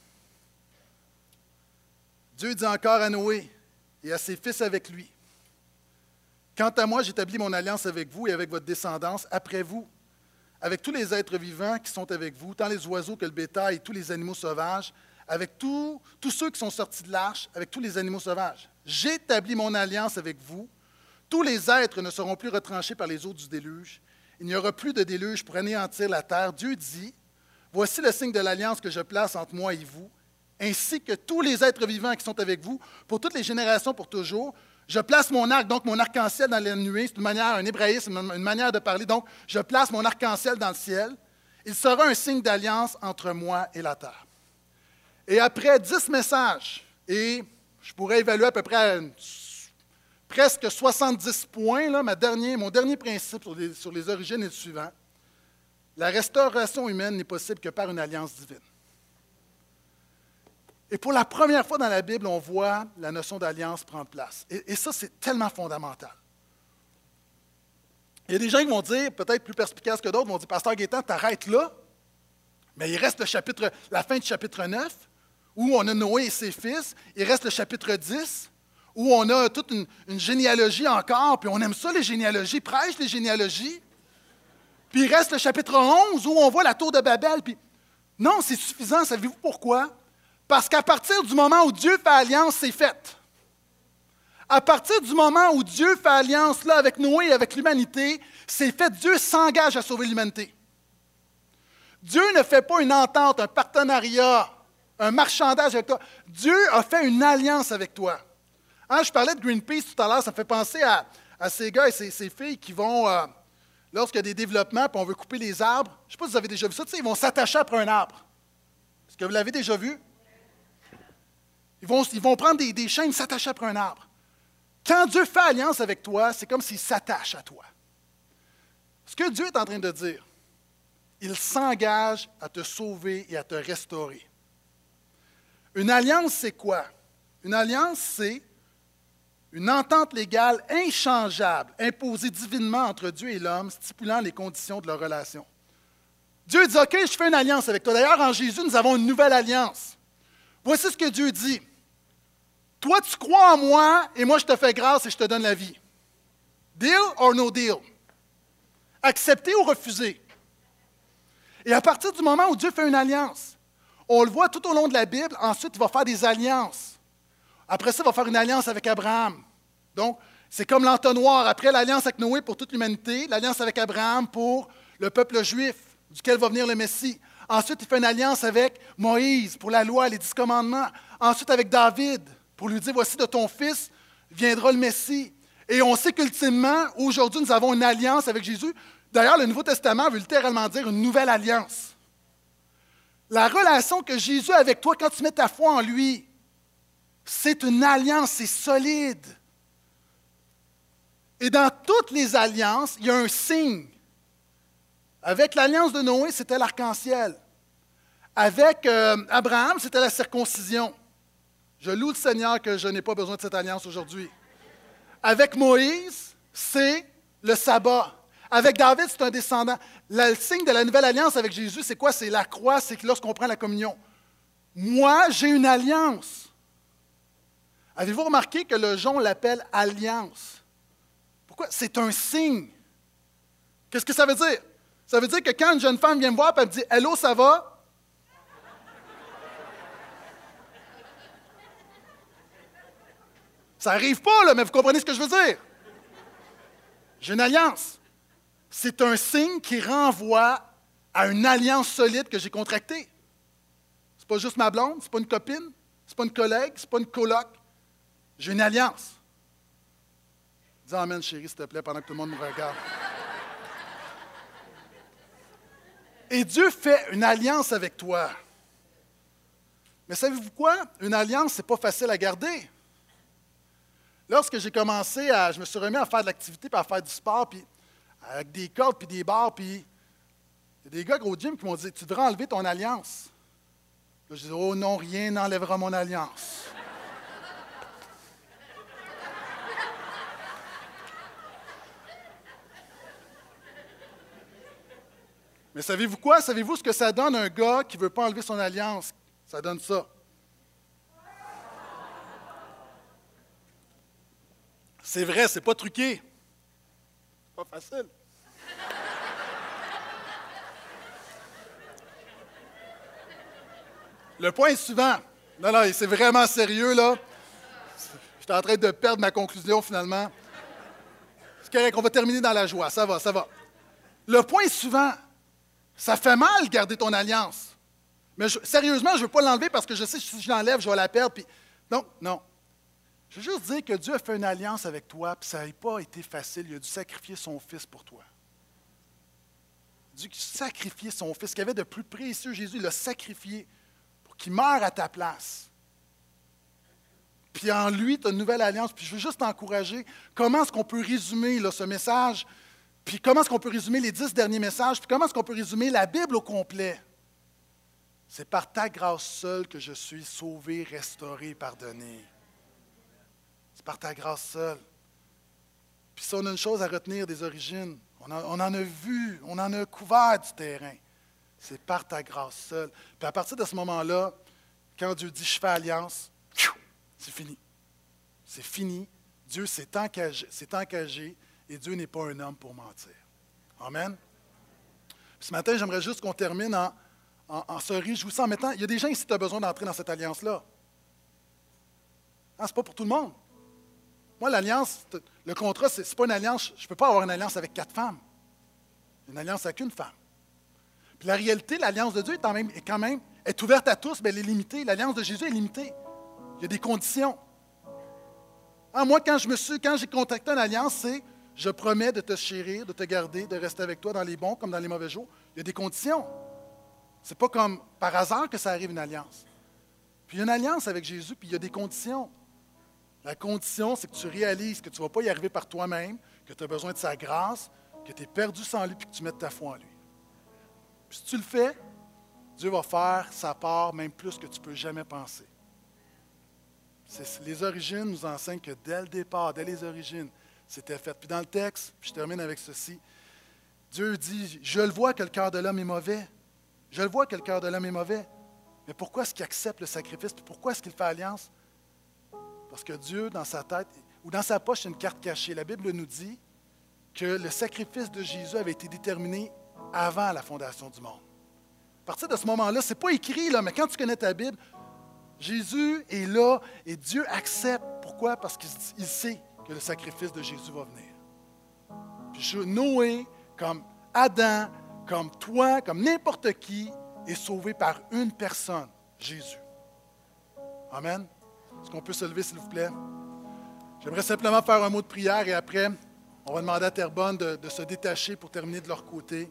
Dieu dit encore à Noé et à ses fils avec lui, « Quant à moi, j'établis mon alliance avec vous et avec votre descendance après vous, avec tous les êtres vivants qui sont avec vous, tant les oiseaux que le bétail et tous les animaux sauvages, avec tous ceux qui sont sortis de l'arche, avec tous les animaux sauvages. J'établis mon alliance avec vous. Tous les êtres ne seront plus retranchés par les eaux du déluge. Il n'y aura plus de déluge pour anéantir la terre. Dieu dit, « Voici le signe de l'alliance que je place entre moi et vous, ainsi que tous les êtres vivants qui sont avec vous, pour toutes les générations, pour toujours. Je place mon arc, donc mon arc-en-ciel dans les nuées. C'est une manière, un hébraïsme, une manière de parler. Donc, je place mon arc-en-ciel dans le ciel. Il sera un signe d'alliance entre moi et la terre. » Et après 10 messages, et je pourrais évaluer à peu près presque 70 points, là, mon dernier principe sur les origines est le suivant. La restauration humaine n'est possible que par une alliance divine. Et pour la première fois dans la Bible, on voit la notion d'alliance prendre place. Et ça, c'est tellement fondamental. Il y a des gens qui vont dire, peut-être plus perspicaces que d'autres, vont dire, « Pasteur Gaétan, t'arrêtes là. » Mais il reste la fin du chapitre 9, où on a Noé et ses fils. Il reste le chapitre 10, où on a toute une généalogie encore, puis on aime ça, les généalogies, prêche les généalogies. Puis il reste le chapitre 11, où on voit la tour de Babel. Puis non, c'est suffisant. Savez-vous pourquoi? Parce qu'à partir du moment où Dieu fait alliance, c'est fait. À partir du moment où Dieu fait alliance là, avec Noé et avec l'humanité, c'est fait. Dieu s'engage à sauver l'humanité. Dieu ne fait pas une entente, un partenariat, un marchandage avec toi. Dieu a fait une alliance avec toi. Hein, je parlais de Greenpeace tout à l'heure, ça me fait penser à ces gars et ces filles qui vont, lorsqu'il y a des développements et on veut couper les arbres, je ne sais pas si vous avez déjà vu ça, ils vont s'attacher après un arbre. Est-ce que vous l'avez déjà vu? Ils vont prendre des chaînes, s'attacher après un arbre. Quand Dieu fait alliance avec toi, c'est comme s'il s'attache à toi. Ce que Dieu est en train de dire, il s'engage à te sauver et à te restaurer. Une alliance, c'est quoi? Une alliance, c'est une entente légale inchangeable, imposée divinement entre Dieu et l'homme, stipulant les conditions de leur relation. Dieu dit, OK, je fais une alliance avec toi. D'ailleurs, en Jésus, nous avons une nouvelle alliance. Voici ce que Dieu dit. Toi, tu crois en moi, et moi, je te fais grâce et je te donne la vie. Deal or no deal? Accepter ou refuser? Et à partir du moment où Dieu fait une alliance, on le voit tout au long de la Bible, ensuite, il va faire des alliances. Après ça, il va faire une alliance avec Abraham. Donc, c'est comme l'entonnoir. Après l'alliance avec Noé pour toute l'humanité, l'alliance avec Abraham pour le peuple juif, duquel va venir le Messie. Ensuite, il fait une alliance avec Moïse pour la loi, les 10 commandements. Ensuite, avec David, pour lui dire, voici de ton fils viendra le Messie. Et on sait qu'ultimement, aujourd'hui, nous avons une alliance avec Jésus. D'ailleurs, le Nouveau Testament veut littéralement dire une nouvelle alliance. La relation que Jésus a avec toi quand tu mets ta foi en lui, c'est une alliance, c'est solide. Et dans toutes les alliances, il y a un signe. Avec l'alliance de Noé, c'était l'arc-en-ciel. Avec Abraham, c'était la circoncision. Je loue le Seigneur que je n'ai pas besoin de cette alliance aujourd'hui. Avec Moïse, c'est le sabbat. Avec David, c'est un descendant. Le signe de la nouvelle alliance avec Jésus, c'est quoi? C'est la croix, c'est lorsqu'on prend la communion. Moi, j'ai une alliance. Avez-vous remarqué que le jonc l'appelle alliance? Pourquoi? C'est un signe. Qu'est-ce que ça veut dire? Ça veut dire que quand une jeune femme vient me voir et elle me dit « Hello, ça va? » Ça n'arrive pas, là, mais vous comprenez ce que je veux dire? J'ai une alliance. C'est un signe qui renvoie à une alliance solide que j'ai contractée. Ce n'est pas juste ma blonde, ce n'est pas une copine, ce n'est pas une collègue, ce n'est pas une coloc. J'ai une alliance. Dis amen, chérie, s'il te plaît, pendant que tout le monde me regarde. Et Dieu fait une alliance avec toi. Mais savez-vous quoi? Une alliance, ce n'est pas facile à garder. Lorsque j'ai commencé je me suis remis à faire de l'activité et à faire du sport, puis avec des cordes puis des barres, puis il y a des gars au gym qui m'ont dit « Tu devrais enlever ton alliance. » Là, je dis « Oh non, rien n'enlèvera mon alliance. » Mais savez-vous quoi? Savez-vous ce que ça donne un gars qui ne veut pas enlever son alliance? Ça donne ça. C'est vrai, c'est pas truqué. C'est pas facile. Le point est suivant. Non, c'est vraiment sérieux, là. J'étais en train de perdre ma conclusion, finalement. C'est correct, on va terminer dans la joie. Ça va, ça va. Le point est suivant. Ça fait mal garder ton alliance. Mais sérieusement, je ne veux pas l'enlever parce que je sais que si je l'enlève, je vais la perdre. Puis, non. Je veux juste dire que Dieu a fait une alliance avec toi, puis ça n'a pas été facile. Il a dû sacrifier son fils pour toi. Dieu qui sacrifiait son fils, ce qu'il avait de plus précieux, Jésus, il l'a sacrifié pour qu'il meure à ta place. Puis en lui, tu as une nouvelle alliance. Puis je veux juste t'encourager. Comment est-ce qu'on peut résumer là, ce message? Puis comment est-ce qu'on peut résumer les 10 derniers messages? Puis comment est-ce qu'on peut résumer la Bible au complet? C'est par ta grâce seule que je suis sauvé, restauré, pardonné. C'est par ta grâce seule. Puis si on a une chose à retenir des origines, on en a vu, on en a couvert du terrain. C'est par ta grâce seule. Puis à partir de ce moment-là, quand Dieu dit « je fais alliance », c'est fini. C'est fini. Dieu s'est engagé et Dieu n'est pas un homme pour mentir. Amen. Puis ce matin, j'aimerais juste qu'on termine en se réjouissant, en mettant, il y a des gens ici qui ont besoin d'entrer dans cette alliance-là. Ce n'est pas pour tout le monde. Moi, l'alliance, le contrat, ce n'est pas une alliance, je ne peux pas avoir une alliance avec 4 femmes. Une alliance avec une femme. Puis la réalité, l'alliance de Dieu est ouverte à tous, mais elle est limitée. L'alliance de Jésus est limitée. Il y a des conditions. Moi, quand j'ai contracté une alliance, c'est je promets de te chérir, de te garder, de rester avec toi dans les bons comme dans les mauvais jours. Il y a des conditions. Ce n'est pas comme par hasard que ça arrive une alliance. Puis il y a une alliance avec Jésus, puis il y a des conditions. La condition, c'est que tu réalises que tu ne vas pas y arriver par toi-même, que tu as besoin de sa grâce, que tu es perdu sans lui, puis que tu mettes ta foi en lui. Puis si tu le fais, Dieu va faire sa part, même plus que tu ne peux jamais penser. Les origines nous enseignent que dès le départ, dès les origines, c'était fait. Puis dans le texte, puis je termine avec ceci, Dieu dit, je le vois que le cœur de l'homme est mauvais. Je le vois que le cœur de l'homme est mauvais. Mais pourquoi est-ce qu'il accepte le sacrifice? Puis pourquoi est-ce qu'il fait alliance? Parce que Dieu, dans sa tête, ou dans sa poche, c'est une carte cachée. La Bible nous dit que le sacrifice de Jésus avait été déterminé avant la fondation du monde. À partir de ce moment-là, ce n'est pas écrit, là, mais quand tu connais ta Bible, Jésus est là et Dieu accepte. Pourquoi? Parce qu'il sait que le sacrifice de Jésus va venir. Puis Noé, comme Adam, comme toi, comme n'importe qui, est sauvé par une personne, Jésus. Amen. Est-ce qu'on peut se lever, s'il vous plaît? J'aimerais simplement faire un mot de prière et après, on va demander à Terrebonne de se détacher pour terminer de leur côté.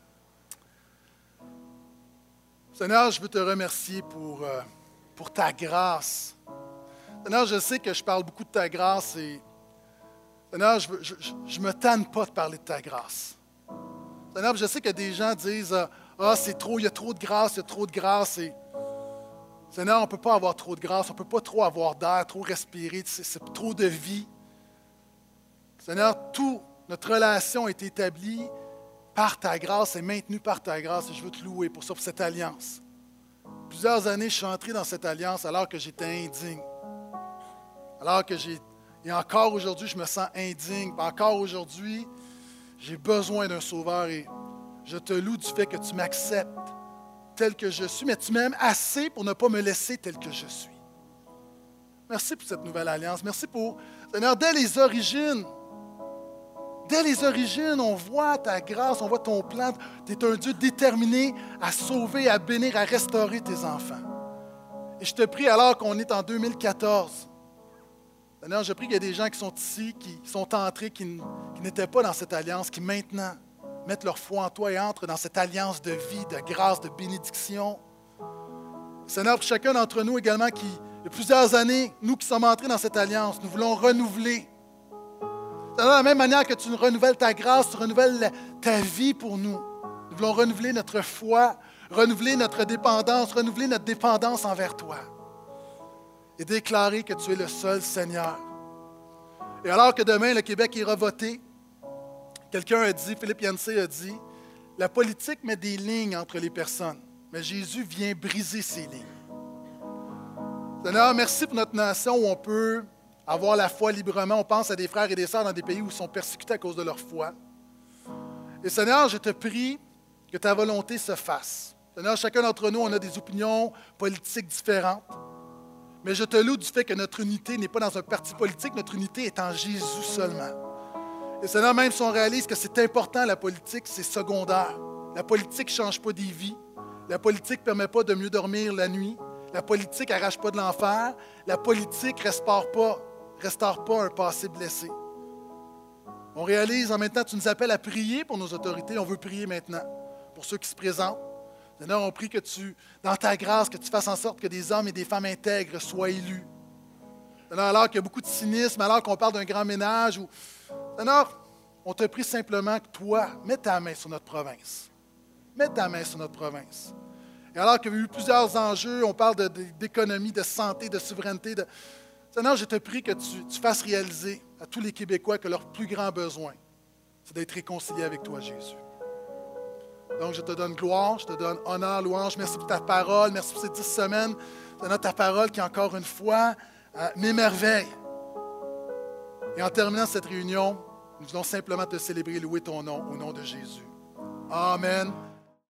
Seigneur, je veux te remercier pour ta grâce. Seigneur, je sais que je parle beaucoup de ta grâce et Seigneur, je ne me tanne pas de parler de ta grâce. Seigneur, je sais que des gens disent c'est trop, il y a trop de grâce, il y a trop de grâce. Et Seigneur, on ne peut pas avoir trop de grâce, on ne peut pas trop avoir d'air, trop respirer, c'est trop de vie. Seigneur, toute notre relation est établie par ta grâce et maintenue par ta grâce. Et je veux te louer pour ça, pour cette alliance. Plusieurs années, je suis entré dans cette alliance alors que j'étais indigne. Et encore aujourd'hui, je me sens indigne. Encore aujourd'hui, j'ai besoin d'un sauveur et je te loue du fait que tu m'acceptes tel que je suis, mais tu m'aimes assez pour ne pas me laisser tel que je suis. Merci pour cette nouvelle alliance. Merci pour, Seigneur, dès les origines, on voit ta grâce, on voit ton plan. Tu es un Dieu déterminé à sauver, à bénir, à restaurer tes enfants. Et je te prie, alors qu'on est en 2014, Seigneur, je prie qu'il y a des gens qui sont ici, qui sont entrés, qui n'étaient pas dans cette alliance, qui maintenant mettent leur foi en toi et entrent dans cette alliance de vie, de grâce, de bénédiction. Seigneur, pour chacun d'entre nous également, il y a plusieurs années, nous qui sommes entrés dans cette alliance, nous voulons renouveler. Seigneur, de la même manière que tu renouvelles ta grâce, tu renouvelles ta vie pour nous. Nous voulons renouveler notre foi, renouveler notre dépendance, renouveler notre dépendance envers toi. Et déclarer que tu es le seul Seigneur. Et alors que demain, le Québec ira voter, quelqu'un a dit, Philippe Yancey a dit, la politique met des lignes entre les personnes, mais Jésus vient briser ces lignes. Seigneur, merci pour notre nation où on peut avoir la foi librement. On pense à des frères et des sœurs dans des pays où ils sont persécutés à cause de leur foi. Et Seigneur, je te prie que ta volonté se fasse. Seigneur, chacun d'entre nous, on a des opinions politiques différentes. Mais je te loue du fait que notre unité n'est pas dans un parti politique, notre unité est en Jésus seulement. Et Seigneur, même si on réalise que c'est important, la politique, c'est secondaire. La politique ne change pas des vies. La politique ne permet pas de mieux dormir la nuit. La politique n'arrache pas de l'enfer. La politique ne restaure pas un passé blessé. On réalise en même temps, tu nous appelles à prier pour nos autorités. On veut prier maintenant pour ceux qui se présentent. Seigneur, on prie que dans ta grâce, que tu fasses en sorte que des hommes et des femmes intègres soient élus. Seigneur, alors qu'il y a beaucoup de cynisme, alors qu'on parle d'un grand ménage. Seigneur, on te prie simplement que toi, mets ta main sur notre province. Mets ta main sur notre province. Et alors qu'il y a eu plusieurs enjeux, on parle d'économie, de santé, de souveraineté. Seigneur, je te prie que tu fasses réaliser à tous les Québécois que leur plus grand besoin, c'est d'être réconciliés avec toi, Jésus. Donc, je te donne gloire, je te donne honneur, louange. Merci pour ta parole, merci pour ces 10 semaines. Seigneur, ta parole qui, encore une fois, m'émerveille. Et en terminant cette réunion, nous voulons simplement te célébrer et louer ton nom, au nom de Jésus. Amen.